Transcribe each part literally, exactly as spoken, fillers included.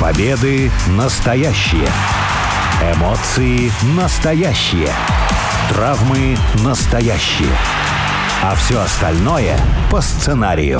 Победы настоящие. Эмоции настоящие. Травмы настоящие. А все остальное по сценарию.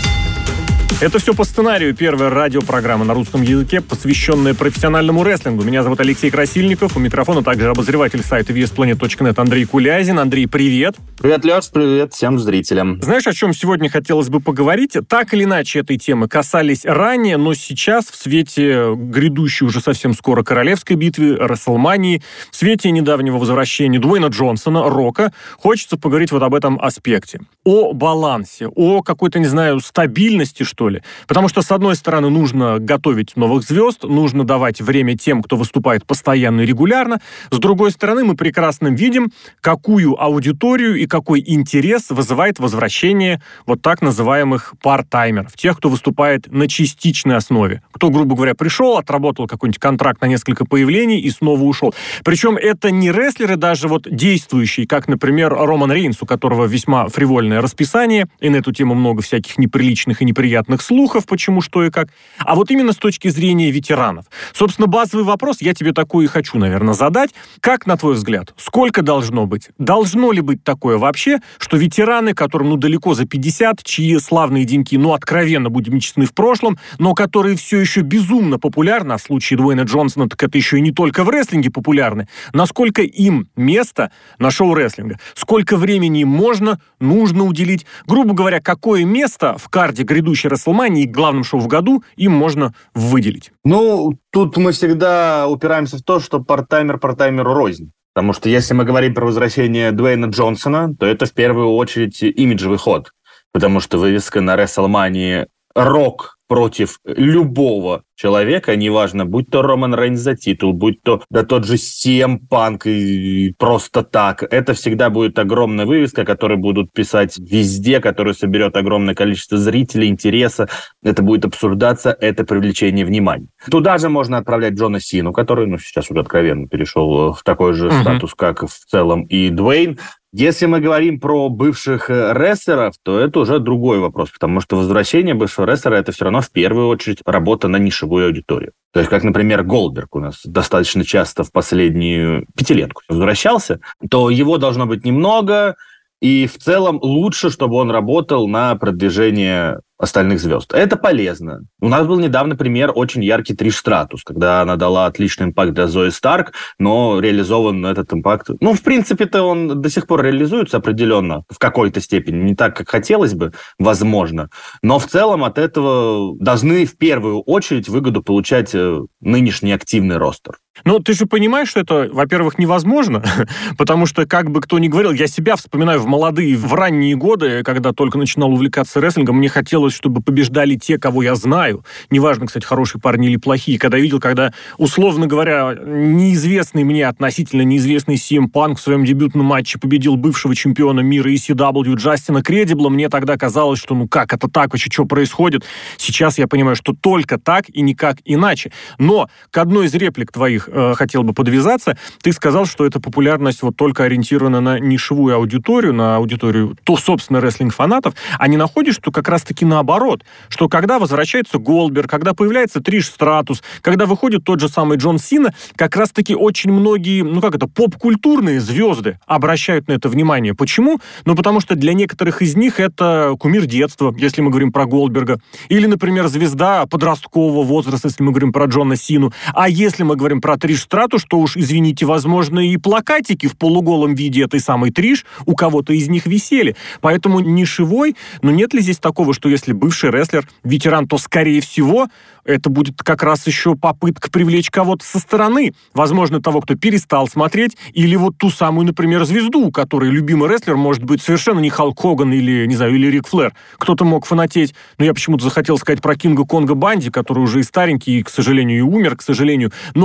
Это все по сценарию. Первая радиопрограмма на русском языке, посвященная профессиональному рестлингу. Меня зовут Алексей Красильников. У микрофона также обозреватель сайта ви эс планет точка нет Андрей Кулязин. Андрей, привет. Привет, Леш, привет всем зрителям. Знаешь, о чем сегодня хотелось бы поговорить? Так или иначе, этой темы касались ранее, но сейчас, в свете грядущей уже совсем скоро королевской битвы, Расселмании, в свете недавнего возвращения Дуэйна Джонсона, Рока, хочется поговорить вот об этом аспекте. О балансе, о какой-то, не знаю, стабильности, что ли. Потому что, с одной стороны, нужно готовить новых звезд, нужно давать время тем, кто выступает постоянно и регулярно. С другой стороны, мы прекрасно видим, какую аудиторию и какой интерес вызывает возвращение вот так называемых пар-таймеров, тех, кто выступает на частичной основе. Кто, грубо говоря, пришел, отработал какой-нибудь контракт на несколько появлений и снова ушел. Причем это не рестлеры даже вот действующие, как, например, Роман Рейнс, у которого весьма фривольное расписание, и на эту тему много всяких неприличных и неприятных слухов, почему, что и как. А вот именно с точки зрения ветеранов. Собственно, базовый вопрос я тебе такой и хочу, наверное, задать. Как, на твой взгляд, сколько должно быть? Должно ли быть такое вообще, что ветераны, которым, ну, далеко за пятьдесят, чьи славные деньки, ну, откровенно, будем честны, в прошлом, но которые все еще безумно популярны, а в случае Дуэйна Джонсона, так это еще и не только в рестлинге популярны, насколько им место на шоу рестлинга? Сколько времени им можно, нужно уделить? Грубо говоря, какое место в карде грядущей Расселмании и главном шоу в году им можно выделить? Ну, тут мы всегда упираемся в то, что парт-таймер парт-таймеру рознь. Потому что если мы говорим про возвращение Дуэйна Джонсона, то это в первую очередь имиджевый ход. Потому что вывеска на Расселмании «Рок» против любого человека, неважно, будь то Роман Рейнс за титул, будь то да тот же си эм Панк и просто так. Это всегда будет огромная вывеска, которую будут писать везде, которая соберет огромное количество зрителей, интереса. Это будет обсуждаться, это привлечение внимания. Туда же можно отправлять Джона Сину, который, ну, сейчас уже откровенно перешел в такой же uh-huh. статус, как в целом и Дуэйн. Если мы говорим про бывших рестлеров, то это уже другой вопрос, потому что возвращение бывшего рестлера – это все равно в первую очередь работа на нишевую аудиторию. То есть, как, например, Голдберг у нас достаточно часто в последнюю пятилетку возвращался, то его должно быть немного, и в целом лучше, чтобы он работал на продвижение остальных звезд. Это полезно. У нас был недавно пример очень яркий Триш Стратус, когда она дала отличный импакт для Зои Старк, но реализован этот импакт... Ну, в принципе-то он до сих пор реализуется определенно, в какой-то степени. Не так, как хотелось бы, возможно. Но в целом от этого должны в первую очередь выгоду получать нынешний активный ростер. Ну, ты же понимаешь, что это, во-первых, невозможно, потому что, как бы кто ни говорил, я себя вспоминаю в молодые, в ранние годы, когда только начинал увлекаться рестлингом, мне хотелось, чтобы побеждали те, кого я знаю. Неважно, кстати, хорошие парни или плохие. Когда видел, когда, условно говоря, неизвестный мне, относительно неизвестный си эм Punk в своем дебютном матче победил бывшего чемпиона мира и си дабл ю Джастина Кредибла, мне тогда казалось, что ну как это так, вообще что происходит? Сейчас я понимаю, что только так и никак иначе. Но к одной из реплик твоих э, хотел бы подвязаться. Ты сказал, что эта популярность вот только ориентирована на нишевую аудиторию, на аудиторию, то, собственно, рестлинг-фанатов, а не находишь, что как раз-таки наоборот, что когда возвращается Голдберг, когда появляется Триш Стратус, когда выходит тот же самый Джон Сина, как раз-таки очень многие, ну как это, поп-культурные звезды обращают на это внимание. Почему? Ну потому что для некоторых из них это кумир детства, если мы говорим про Голдберга, или, например, звезда подросткового возраста, если мы говорим про Джона Сину. А если мы говорим про Триш Стратус, то уж, извините, возможно, и плакатики в полуголом виде этой самой Триш у кого-то из них висели. Поэтому нишевой, но нет ли здесь такого, что если бывший рестлер, ветеран, то, скорее всего, это будет как раз еще попытка привлечь кого-то со стороны. Возможно, того, кто перестал смотреть, или вот ту самую, например, звезду, у которой любимый рестлер может быть совершенно не Халк Хоган или, не знаю, или Рик Флэр. Кто-то мог фанатеть, но я почему-то захотел сказать про Кинга Конга Банди, который уже и старенький, и, к сожалению, и умер, к сожалению. Но вместе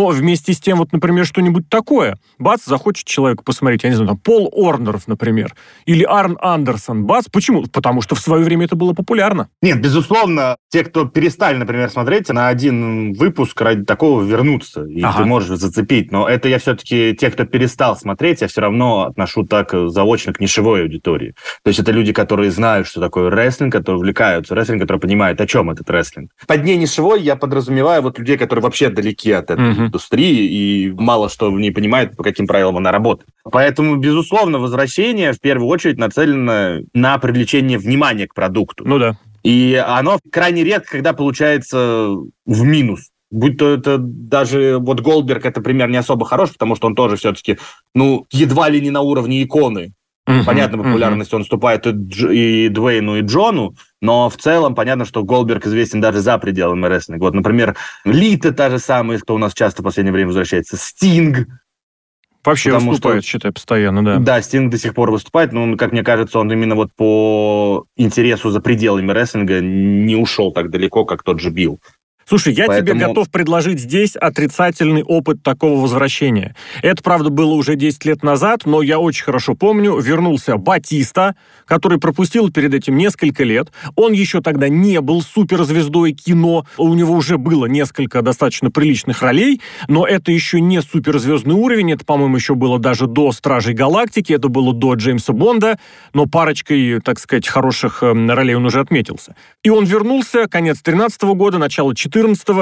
вместе с тем, вот, например, что-нибудь такое. Бац, захочет человек посмотреть, я не знаю, там, Пол Орнеров, например, или Арн Андерсон. Бац, почему? Потому что в свое время это было популярно. Нет, безусловно, те, кто перестали, например, смотреть, на один выпуск ради такого вернутся, и ага. ты можешь зацепить. Но это я все-таки, те, кто перестал смотреть, я все равно отношу так заочно к нишевой аудитории. То есть это люди, которые знают, что такое рестлинг, которые увлекаются рестлингом, которые понимают, о чем этот рестлинг. Под ней нишевой я подразумеваю вот людей, которые вообще далеки от этой uh-huh. индустрии и мало что в ней понимают, по каким правилам она работает. Поэтому, безусловно, возвращение в первую очередь нацелено на привлечение внимания к продукту. Ну да. И оно крайне редко, когда получается в минус. Будь то это даже... Вот Голдберг, это пример не особо хорош, потому что он тоже все-таки, ну, едва ли не на уровне иконы. Uh-huh, понятно, популярность uh-huh. он уступает и, Дж, и Дуэйну, и Джону, но в целом понятно, что Голдберг известен даже за пределами рестлинга. Вот, например, Лита та же самая, кто у нас часто в последнее время возвращается, Стинг. Вообще выступает, что, считай, постоянно, да. Да, Стинг до сих пор выступает, но, как мне кажется, он именно вот по интересу за пределами рестлинга не ушел так далеко, как тот же Билл. Слушай, я Поэтому... тебе готов предложить здесь отрицательный опыт такого возвращения. Это, правда, было уже десять лет назад, но я очень хорошо помню, вернулся Батиста, который пропустил перед этим несколько лет. Он еще тогда не был суперзвездой кино, у него уже было несколько достаточно приличных ролей, но это еще не суперзвездный уровень, это, по-моему, еще было даже до «Стражей Галактики», это было до Джеймса Бонда, но парочкой, так сказать, хороших ролей он уже отметился. И он вернулся, конец тринадцатого года, начало четырнадцатого,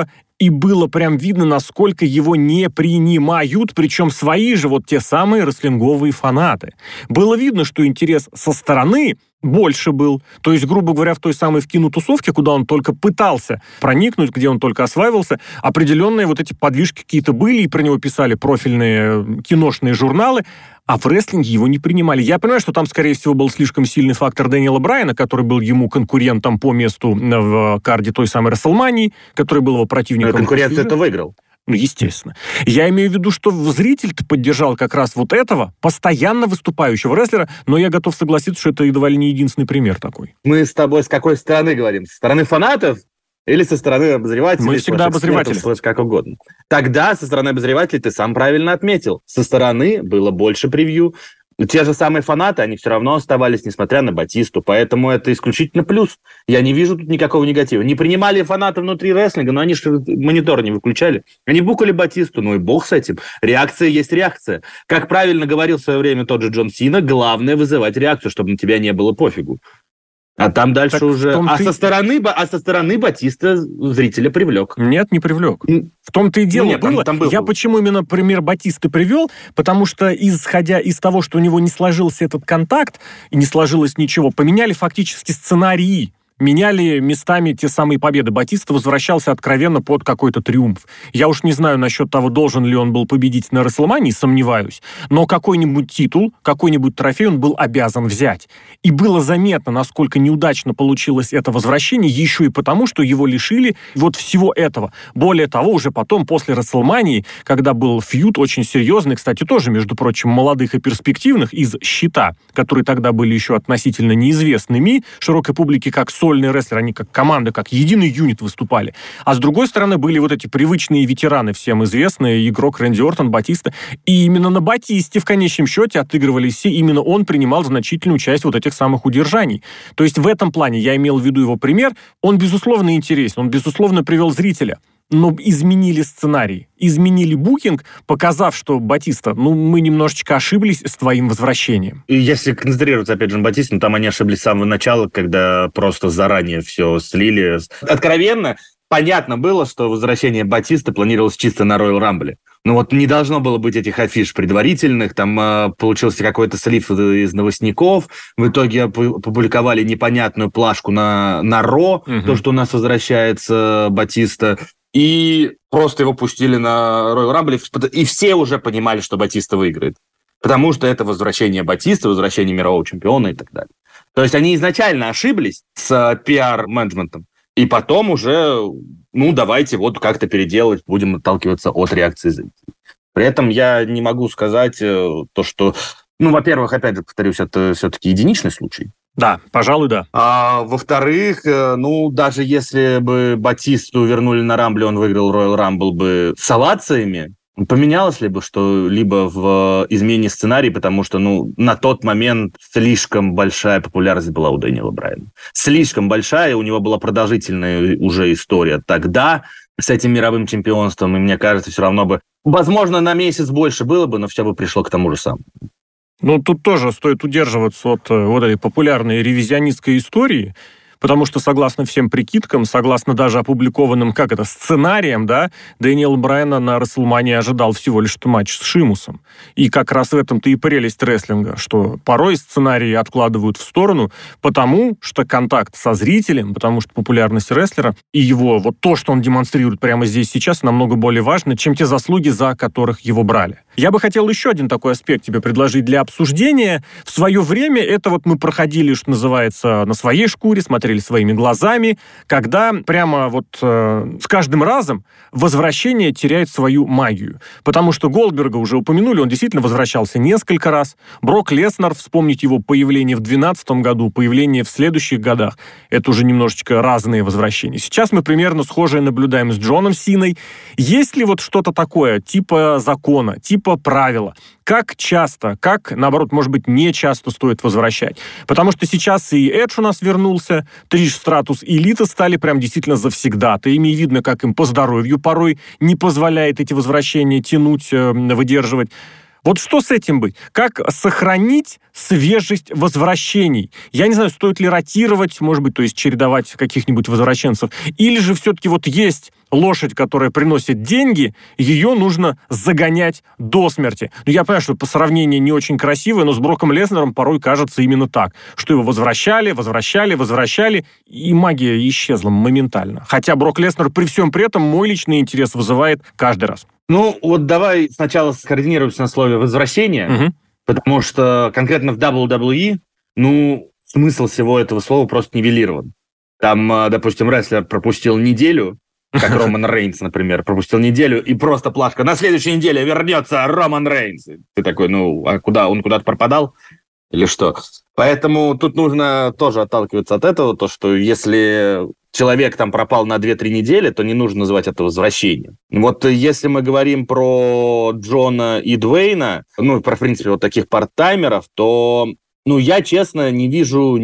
и было прям видно, насколько его не принимают, причем свои же вот те самые рестлинговые фанаты. Было видно, что интерес со стороны больше был. То есть, грубо говоря, в той самой в кинотусовке, куда он только пытался проникнуть, где он только осваивался, определенные вот эти подвижки какие-то были, и про него писали профильные киношные журналы, а в рестлинге его не принимали. Я понимаю, что там, скорее всего, был слишком сильный фактор Дэниела Брайана, который был ему конкурентом по месту в карде той самой Расселмании, который был его противником. Но конкуренцию это выиграл. Ну, естественно. Я имею в виду, что зритель-то поддержал как раз вот этого постоянно выступающего рестлера, но я готов согласиться, что это едва ли не единственный пример такой. Мы с тобой с какой стороны говорим? Со стороны фанатов? Или со стороны обозревателей? Мы всегда обозреватели. Слышь, как угодно. Тогда со стороны обозревателей ты сам правильно отметил. Со стороны было больше превью. Те же самые фанаты, они все равно оставались, несмотря на Батисту. Поэтому это исключительно плюс. Я не вижу тут никакого негатива. Не принимали фанаты внутри рестлинга, но они же монитор не выключали. Они букали Батисту, ну и бог с этим. Реакция есть реакция. Как правильно говорил в свое время тот же Джон Сина, главное вызывать реакцию, чтобы на тебя не было пофигу. А там дальше так уже... А, ты... со стороны, а со стороны Батиста зрителя привлек. Нет, не привлек. В том-то и дело Нет, было. Там, там был. Я почему именно пример Батисты привел? Потому что, исходя из того, что у него не сложился этот контакт, и не сложилось ничего, поменяли фактически сценарии. Меняли местами те самые победы. Батиста возвращался откровенно под какой-то триумф. Я уж не знаю насчет того, должен ли он был победить на Расселмании, сомневаюсь, но какой-нибудь титул, какой-нибудь трофей он был обязан взять. И было заметно, насколько неудачно получилось это возвращение, еще и потому, что его лишили вот всего этого. Более того, уже потом, после Расселмании, когда был фьюд очень серьезный, кстати, тоже, между прочим, молодых и перспективных, из «Щита», которые тогда были еще относительно неизвестными широкой публике, как сольные рестлеры, они как команда, как единый юнит выступали. А с другой стороны были вот эти привычные ветераны, всем известные, игрок Рэнди Ортон, Батиста. И именно на Батисте в конечном счете отыгрывались все. Именно он принимал значительную часть вот этих самых удержаний. То есть в этом плане я имел в виду его пример. Он, безусловно, интересен. Он, безусловно, привел зрителя. Но изменили сценарий, изменили букинг, показав, что Батиста, ну, мы немножечко ошиблись с твоим возвращением. И если концентрироваться, опять же, на Батисте, ну, там они ошиблись с самого начала, когда просто заранее все слили. Откровенно, понятно было, что возвращение Батисты планировалось чисто на Royal Rumble. Ну вот не должно было быть этих афиш предварительных, там э, получился какой-то слив из новостников, в итоге опубликовали непонятную плашку на, на Ро, угу. то, что у нас возвращается Батиста, и просто его пустили на Royal Rumble, и все уже понимали, что Батиста выиграет, потому что это возвращение Батиста, возвращение мирового чемпиона и так далее. То есть они изначально ошиблись с пиар-менеджментом, и потом уже, ну, давайте вот как-то переделать, будем отталкиваться от реакции зрителей. При этом я не могу сказать то, что... Ну, во-первых, опять же, повторюсь, это все-таки единичный случай. Да, пожалуй, да. А во-вторых, ну, даже если бы Батисту вернули на Рамбле, он выиграл Royal Rumble бы с овациями, Поменялось ли бы что-либо в изменении сценария, потому что, ну, на тот момент слишком большая популярность была у Дэниела Брайана. Слишком большая, у него была продолжительная уже история тогда с этим мировым чемпионством, и мне кажется, все равно бы, возможно, на месяц больше было бы, но все бы пришло к тому же самому. Ну, тут тоже стоит удерживаться от вот этой популярной ревизионистской истории, потому что, согласно всем прикидкам, согласно даже опубликованным, как это, сценариям, да, Дэниел Брайана на Расселмании ожидал всего лишь матч с Шимусом. И как раз в этом-то и прелесть рестлинга, что порой сценарии откладывают в сторону, потому что контакт со зрителем, потому что популярность рестлера и его, вот то, что он демонстрирует прямо здесь сейчас, намного более важно, чем те заслуги, за которых его брали. Я бы хотел еще один такой аспект тебе предложить для обсуждения. В свое время это вот мы проходили, что называется, на своей шкуре, смотрели своими глазами, когда прямо вот э, с каждым разом возвращение теряет свою магию. Потому что Голдберга уже упомянули, он действительно возвращался несколько раз. Брок Леснар, вспомнить его появление в две тысячи двенадцатом году, появление в следующих годах, это уже немножечко разные возвращения. Сейчас мы примерно схожее наблюдаем с Джоном Синой. Есть ли вот что-то такое, типа закона, типа правила? Как часто, как, наоборот, может быть, не часто стоит возвращать? Потому что сейчас и Эдж у нас вернулся, Триш Стратус и Лита стали прям действительно завсегдатаями. И видно, как им по здоровью порой не позволяет эти возвращения тянуть, выдерживать. Вот что с этим быть? Как сохранить свежесть возвращений? Я не знаю, стоит ли ротировать, может быть, то есть чередовать каких-нибудь возвращенцев, или же все-таки вот есть лошадь, которая приносит деньги, ее нужно загонять до смерти. Ну, я понимаю, что по сравнению не очень красивое, но с Броком Леснаром порой кажется именно так, что его возвращали, возвращали, возвращали, и магия исчезла моментально. Хотя Брок Леснар при всем при этом мой личный интерес вызывает каждый раз. Ну, вот давай сначала скоординируемся на слове «возвращение», угу. потому что конкретно в дабл ю дабл ю и, ну, смысл всего этого слова просто нивелирован. Там, допустим, рестлер пропустил неделю, как Роман Рейнс, например, пропустил неделю, и просто плашка. На следующей неделе вернется Роман Рейнс. Ты такой, ну, а куда? Он куда-то пропадал? Или что? Поэтому тут нужно тоже отталкиваться от этого, то, что если человек там пропал на две-три недели, то не нужно называть это возвращением. Вот если мы говорим про Джона и Дуэйна, ну, про, в принципе, вот таких парт-таймеров, то... Ну, я, честно, не вижу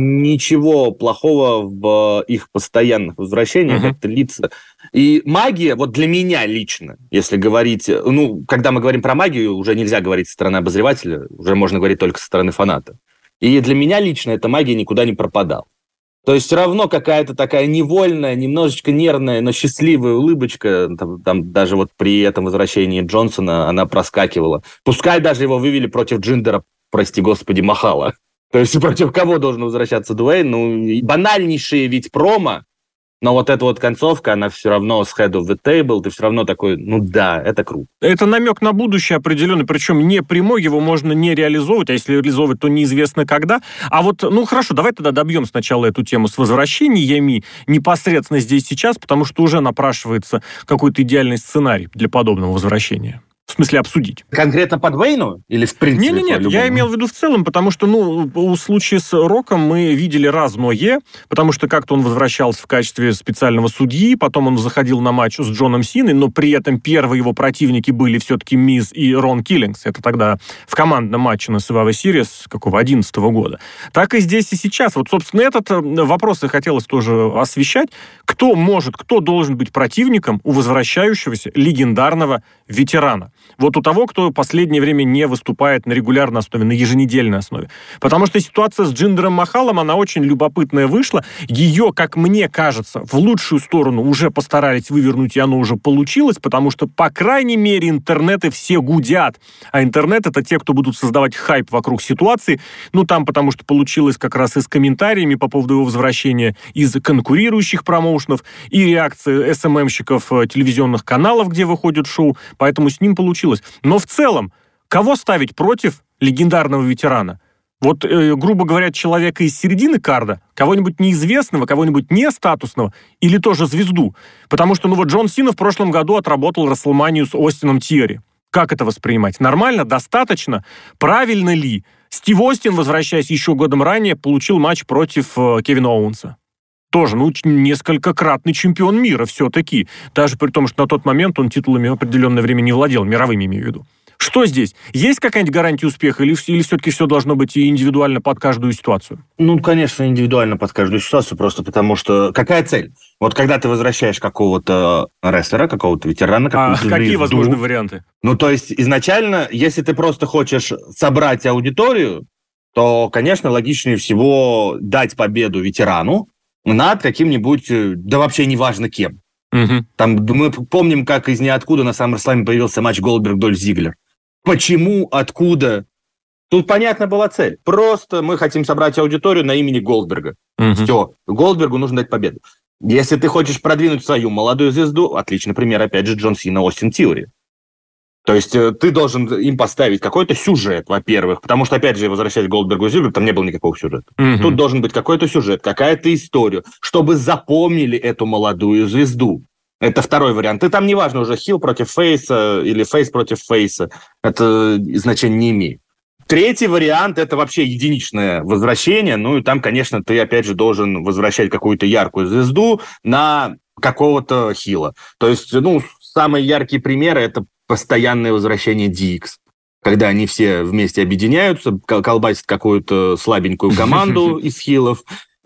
ничего плохого в их постоянных возвращениях, uh-huh. как-то лица. И магия, вот для меня лично, если говорить... Ну, когда мы говорим про магию, уже нельзя говорить со стороны обозревателя, уже можно говорить только со стороны фаната. И для меня лично эта магия никуда не пропадала. То есть все равно какая-то такая невольная, немножечко нервная, но счастливая улыбочка, там, там даже вот при этом возвращении Джонсона она проскакивала. Пускай даже его вывели против Джиндера, прости господи, Махала. То есть против кого должен возвращаться Дуэйн? Ну, банальнейшие ведь промо, но вот эта вот концовка, она все равно с head of the table, ты все равно такой, ну да, это круто. Это намек на будущее определенный, причем не прямой, его можно не реализовывать, а если реализовывать, то неизвестно когда. А вот, ну хорошо, давай тогда добьем сначала эту тему с возвращениями непосредственно здесь сейчас, потому что уже напрашивается какой-то идеальный сценарий для подобного возвращения. В смысле, обсудить. Конкретно по Дуэйну? Или в принципе? Нет, нет, нет, я имел в виду в целом, потому что, ну, у случая с Роком мы видели разное, потому что как-то он возвращался в качестве специального судьи, потом он заходил на матч с Джоном Синой, но при этом первые его противники были все-таки Миз и Рон Киллингс. Это тогда в командном матче на Survivor Series какого одиннадцатого года. Так и здесь и сейчас. Вот, собственно, этот вопрос и хотелось тоже освещать. Кто может, кто должен быть противником у возвращающегося легендарного ветерана? Вот у того, кто в последнее время не выступает на регулярной основе, на еженедельной основе. Потому что ситуация с Джиндером Махалом, она очень любопытная вышла. Ее, как мне кажется, в лучшую сторону уже постарались вывернуть, и оно уже получилось, потому что, по крайней мере, интернеты все гудят. А интернет — это те, кто будут создавать хайп вокруг ситуации. Ну, там, потому что получилось как раз и с комментариями по поводу его возвращения из конкурирующих промоушенов, и реакции эс эм эм-щиков телевизионных каналов, где выходит шоу. Поэтому с ним получилось. Но в целом, кого ставить против легендарного ветерана? Вот, э, грубо говоря, человека из середины карда, кого-нибудь неизвестного, кого-нибудь не статусного, или тоже звезду. Потому что, ну вот, Джон Сина в прошлом году отработал Расселманию с Остином Тиори. Как это воспринимать? Нормально? Достаточно? Правильно ли? Стив Остин, возвращаясь еще годом ранее, получил матч против э, Кевина Оуэнса. Тоже, ну, несколькократный чемпион мира все-таки. Даже при том, что на тот момент он титулами в определенное время не владел, мировыми имею в виду. Что здесь? Есть какая-нибудь гарантия успеха или, или все-таки все должно быть индивидуально под каждую ситуацию? Ну, конечно, индивидуально под каждую ситуацию, просто потому что... Какая цель? Вот когда ты возвращаешь какого-то рестлера, какого-то ветерана... А какие звезду, возможны варианты? Ну, то есть изначально, если ты просто хочешь собрать аудиторию, то, конечно, логичнее всего дать победу ветерану над каким-нибудь, да вообще неважно кем. Угу. Там мы помним, как из ниоткуда на SummerSlam появился матч Голдберг-Дольф Зиглер. Почему, откуда? Тут понятна была цель. Просто мы хотим собрать аудиторию на имени Голдберга. Угу. Все. Голдбергу нужно дать победу. Если ты хочешь продвинуть свою молодую звезду, отличный пример, опять же, Джон Сина, Остин Тиори. То есть ты должен им поставить какой-то сюжет, во-первых, потому что, опять же, возвращаясь к Голдбергу и Зиглеру, там не было никакого сюжета. Угу. Тут должен быть какой-то сюжет, какая-то история, чтобы запомнили эту молодую звезду. Это второй вариант. И там неважно уже хил против фейса или фейс против фейса. Это значения не имеет. Третий вариант – это вообще единичное возвращение. Ну и там, конечно, ты, опять же, должен возвращать какую-то яркую звезду на какого-то хила. То есть, ну, самые яркие примеры – это постоянное возвращение ди икс, когда они все вместе объединяются, колбасят какую-то слабенькую команду из хилов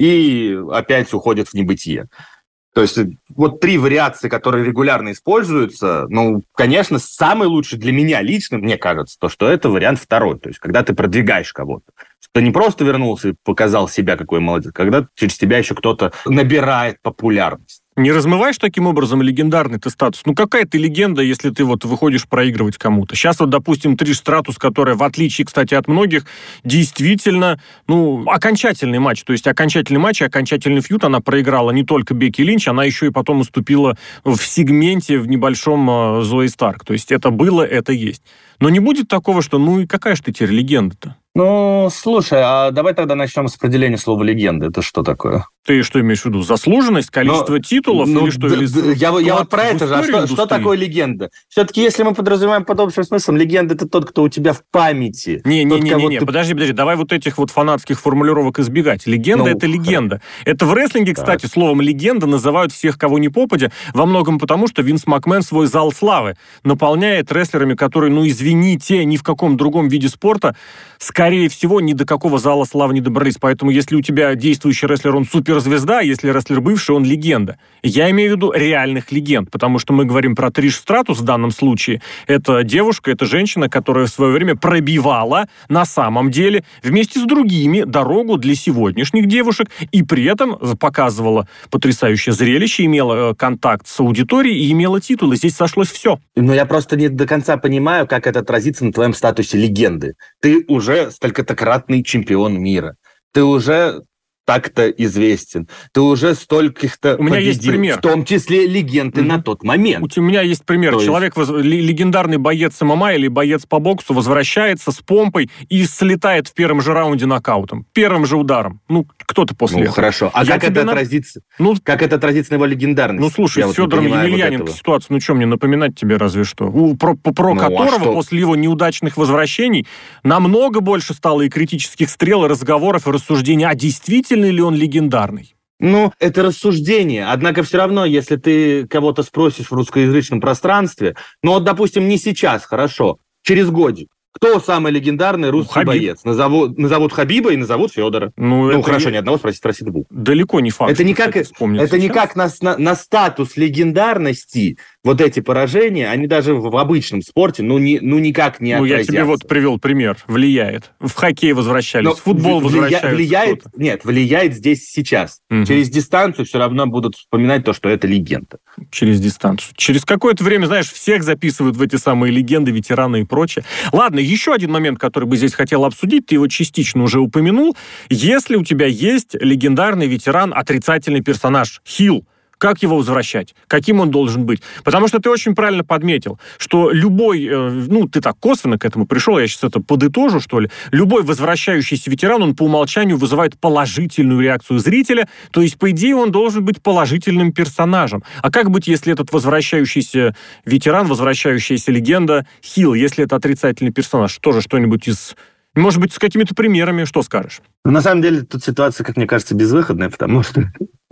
и опять уходят в небытие. То есть вот три вариации, которые регулярно используются, ну, конечно, самый лучший для меня лично, мне кажется, то, что это вариант второй. То есть когда ты продвигаешь кого-то. Ты не просто вернулся и показал себя, какой молодец, когда через тебя еще кто-то набирает популярность. Не размываешь таким образом легендарный ты статус? Ну, какая ты легенда, если ты вот выходишь проигрывать кому-то? Сейчас вот, допустим, Триш Стратус, которая, в отличие, кстати, от многих, действительно, ну, окончательный матч. То есть окончательный матч и окончательный фьюд она проиграла не только Бекки Линч, она еще и потом уступила в сегменте в небольшом uh, Зои Старк. То есть это было, это есть. Но не будет такого, что ну и какая же ты теперь легенда-то? Ну, слушай, а давай тогда начнем с определения слова «легенда». Это что такое? Ты что имеешь в виду? Заслуженность, количество Но, титулов ну, или что? Да, или да, я, я вот про это же. А что, что такое легенда? Все-таки, если мы подразумеваем под общим смыслом, легенда – это тот, кто у тебя в памяти. Не-не-не, ты... подожди, подожди, давай вот этих вот фанатских формулировок избегать. Легенда ну, – это легенда. Это в рестлинге, кстати, так. словом «легенда» называют всех, кого не попадя, во многом потому, что Винс Макмен свой зал славы наполняет рестлерами, которые, ну, извините, ни в каком другом виде спорта, скорее всего, ни до какого зала славы не добрались. Поэтому, если у тебя действующий рестлер, он суперзвезда, если рестлер бывший, он легенда. Я имею в виду реальных легенд, потому что мы говорим про Триш Стратус в данном случае. Это девушка, это женщина, которая в свое время пробивала на самом деле вместе с другими дорогу для сегодняшних девушек и при этом показывала потрясающее зрелище, имела контакт с аудиторией и имела титулы. Здесь сошлось все. Но я просто не до конца понимаю, как это отразится на твоем статусе легенды. Ты уже столькотократный чемпион мира. Ты уже так-то известен. Ты уже стольких-то У меня победил, есть пример. В том числе легенды mm-hmm. на тот момент. У меня есть пример. То Человек, есть... воз... легендарный боец эм эм а или боец по боксу, возвращается с помпой и слетает в первом же раунде нокаутом. Первым же ударом. Ну, кто-то после ну, этого. хорошо. А как это, на... отразится? Ну, как это отразится на его легендарности? Ну, слушай, Я с Федором вот Емельяненко ситуация, ну, что мне напоминать тебе разве что? У, про про ну, которого а после его неудачных возвращений намного больше стало и критических стрел, и разговоров, и рассуждений. А действительно ли он легендарный? Ну, это рассуждение. Однако все равно, если ты кого-то спросишь в русскоязычном пространстве, ну вот, допустим, не сейчас, хорошо, через годик, кто самый легендарный русский ну, боец? Назовут, назовут Хабиба и назовут Федора. Ну, ну хорошо, не... ни одного спросить, спросить двух. Далеко не факт. Это никак, это никак на, на, на статус легендарности вот эти поражения, они даже в, в обычном спорте, ну, не, ну никак не ну, отразятся. Ну, я тебе вот привел пример. Влияет. В хоккей возвращались, Но в футбол влия... возвращаются. Влияет, нет, влияет здесь сейчас. Угу. Через дистанцию все равно будут вспоминать то, что это легенда. Через дистанцию. Через какое-то время, знаешь, всех записывают в эти самые легенды, ветераны и прочее. Ладно, еще один момент, который бы здесь хотел обсудить, ты его частично уже упомянул. Если у тебя есть легендарный ветеран, отрицательный персонаж, хил, как его возвращать? Каким он должен быть? Потому что ты очень правильно подметил, что любой, ну, ты так косвенно к этому пришел, я сейчас это подытожу, что ли, любой возвращающийся ветеран, он по умолчанию вызывает положительную реакцию зрителя, то есть, по идее, он должен быть положительным персонажем. А как быть, если этот возвращающийся ветеран, возвращающаяся легенда, хил, если это отрицательный персонаж? Тоже что-нибудь из... Может быть, с какими-то примерами, что скажешь? На самом деле, тут ситуация, как мне кажется, безвыходная, потому что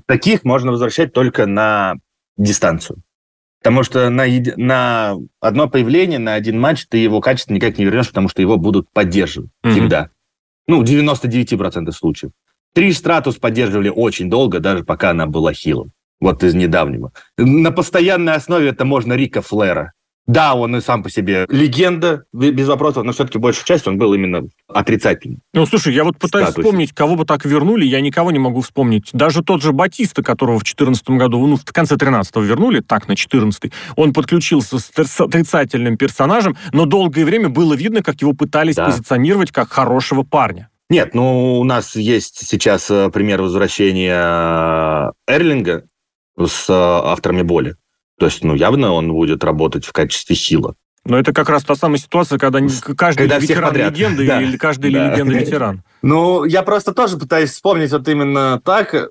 таких можно возвращать только на дистанцию. Потому что на, еди... на одно появление, на один матч ты его качество никак не вернешь, потому что его будут поддерживать mm-hmm. всегда. Ну, в девяносто девять процентов случаев. Триш Стратус поддерживали очень долго, даже пока она была хилом. Вот из недавнего. На постоянной основе это можно Рика Флэра. Да, он и сам по себе легенда, без вопросов, но все-таки большую часть он был именно отрицательным. Ну, слушай, я вот пытаюсь статусе. вспомнить, кого бы так вернули, я никого не могу вспомнить. Даже тот же Батиста, которого в четырнадцатом году, ну, в конце тринадцатого вернули, так, на четырнадцатый, он подключился с, с отрицательным персонажем, но долгое время было видно, как его пытались да. позиционировать как хорошего парня. Нет, ну, у нас есть сейчас пример возвращения Эрлинга с авторами боли. То есть, ну, явно он будет работать в качестве хила. Но это как раз та самая ситуация, когда каждый когда ветеран легенда да. или каждый да. легенда ветеран. Ну, я просто тоже пытаюсь вспомнить вот именно так.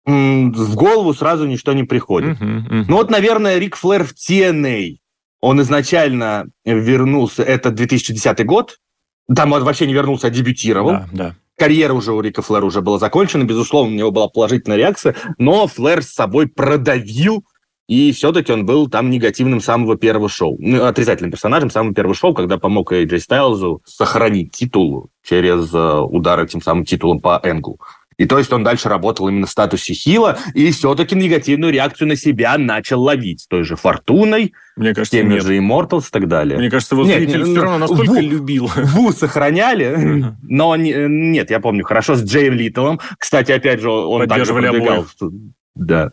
В голову сразу ничто не приходит. Uh-huh, uh-huh. Ну, вот, наверное, Рик Флэр в ти эн эй. Он изначально вернулся, это две тысячи десятый год. Там он вообще не вернулся, а дебютировал. Да, да. Карьера уже у Рика Флэра уже была закончена. Безусловно, у него была положительная реакция. Но Флэр с собой продавил. И все-таки он был там негативным с самого первого шоу. Ну, отрицательным персонажем с самого первого шоу, когда помог эй джей Стайлзу сохранить титул через э, удар этим самым титулом по Энглу. И то есть он дальше работал именно в статусе хила, и все-таки негативную реакцию на себя начал ловить. С той же Фортуной, Мне кажется, теми нет. же Immortals и так далее. Мне кажется, его зрители все равно настолько Ву, любил. Ву сохраняли, uh-huh. но не, нет, я помню, хорошо, с Джеем Литлом. Кстати, опять же, он также продвигал. Что, да.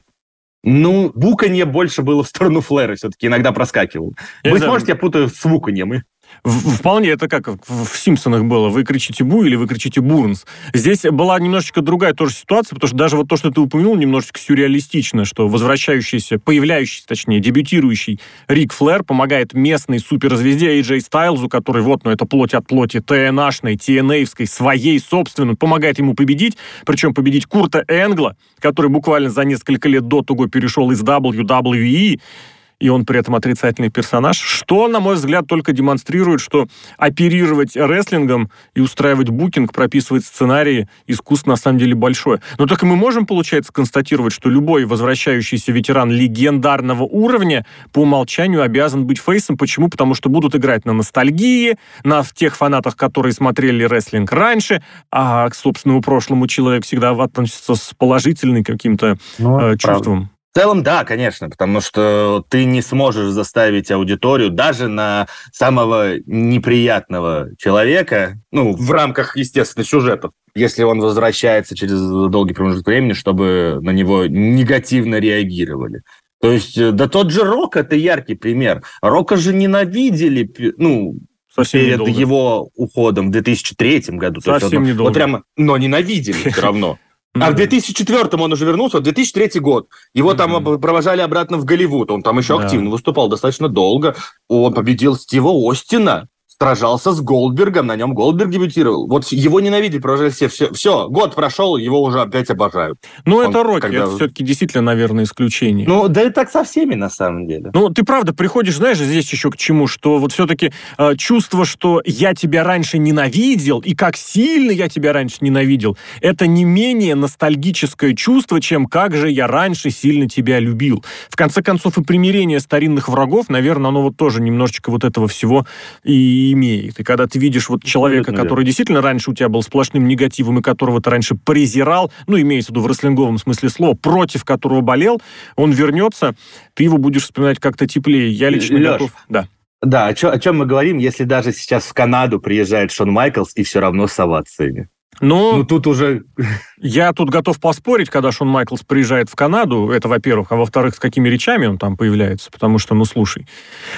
Ну, буканье больше было в сторону Флэра, все-таки иногда проскакивал. Я Быть может, я путаю с вуканьем. Вполне это как в «Симпсонах» было. Вы кричите «Бу» или вы кричите «Бурнс». Здесь была немножечко другая тоже ситуация, потому что даже вот то, что ты упомянул, немножечко сюрреалистично, что возвращающийся, появляющийся, точнее, дебютирующий Рик Флэр помогает местной суперзвезде эй джей Стайлзу, который вот, ну, это плоть от плоти ти эн эй-шной, ти эн эй-вской, своей собственной, помогает ему победить, причем победить Курта Энгла, который буквально за несколько лет до того перешел из дабл ю дабл ю и, и он при этом отрицательный персонаж, что, на мой взгляд, только демонстрирует, что оперировать рестлингом и устраивать букинг, прописывать сценарии, искусство на самом деле большое. Но только мы можем, получается, констатировать, что любой возвращающийся ветеран легендарного уровня по умолчанию обязан быть фейсом. Почему? Потому что будут играть на ностальгии, на тех фанатах, которые смотрели рестлинг раньше, а к собственному прошлому человек всегда относится с положительным каким-то ну, э, чувством. В целом, да, конечно, потому что ты не сможешь заставить аудиторию даже на самого неприятного человека, ну, в рамках, естественно, сюжетов, если он возвращается через долгий промежуток времени, чтобы на него негативно реагировали. То есть, да тот же Рок – это яркий пример. Рока же ненавидели, ну, Совсем перед недолго. Его уходом в две тысячи третьем году. Совсем то есть он, недолго. Вот прямо, но ненавидели все равно. А в две тысячи четвёртом он уже вернулся, в две тысячи третий год. Его mm-hmm. там провожали обратно в Голливуд. Он там еще да. активно выступал достаточно долго. Он победил Стива Остина, сражался с Голдбергом, на нем Голдберг дебютировал. Вот его ненавидели, провожали все. Все, все год прошел, его уже опять обожают. Ну, это Рокки, когда... это все-таки действительно, наверное, исключение. Ну, да и так со всеми, на самом деле. Ну, ты правда приходишь, знаешь, здесь еще к чему, что вот все-таки э, чувство, что я тебя раньше ненавидел, и как сильно я тебя раньше ненавидел, это не менее ностальгическое чувство, чем как же я раньше сильно тебя любил. В конце концов, и примирение старинных врагов, наверное, оно вот тоже немножечко вот этого всего и имеет. И когда ты видишь вот человека, Абсолютно который верно. Действительно раньше у тебя был сплошным негативом, и которого ты раньше презирал, ну, имеется в виду в рестлинговом смысле слова, против которого болел, он вернется, ты его будешь вспоминать как-то теплее. Я лично Леш, готов... Да. Да, о чем, о чем мы говорим, если даже сейчас в Канаду приезжает Шон Майклс и все равно с овациями? Ну, ну, тут уже... Я тут готов поспорить, когда Шон Майклс приезжает в Канаду, это, во-первых, а во-вторых, с какими речами он там появляется, потому что, ну, слушай,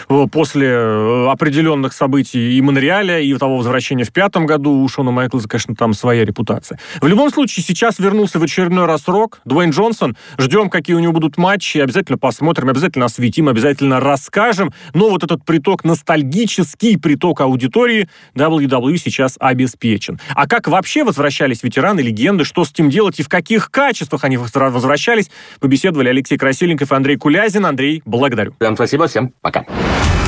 после определенных событий и Монреаля, и того возвращения в пятом году у Шона Майклса, конечно, там своя репутация. В любом случае, сейчас вернулся в очередной раз Рок, Дуэйн Джонсон, ждем, какие у него будут матчи, обязательно посмотрим, обязательно осветим, обязательно расскажем, но вот этот приток, ностальгический приток аудитории дабл ю дабл ю и сейчас обеспечен. А как вообще возвращались ветераны, легенды, что с этим делать и в каких качествах они возвращались, побеседовали Алексей Красильников и Андрей Кулязин. Андрей, благодарю. Всем спасибо, всем пока.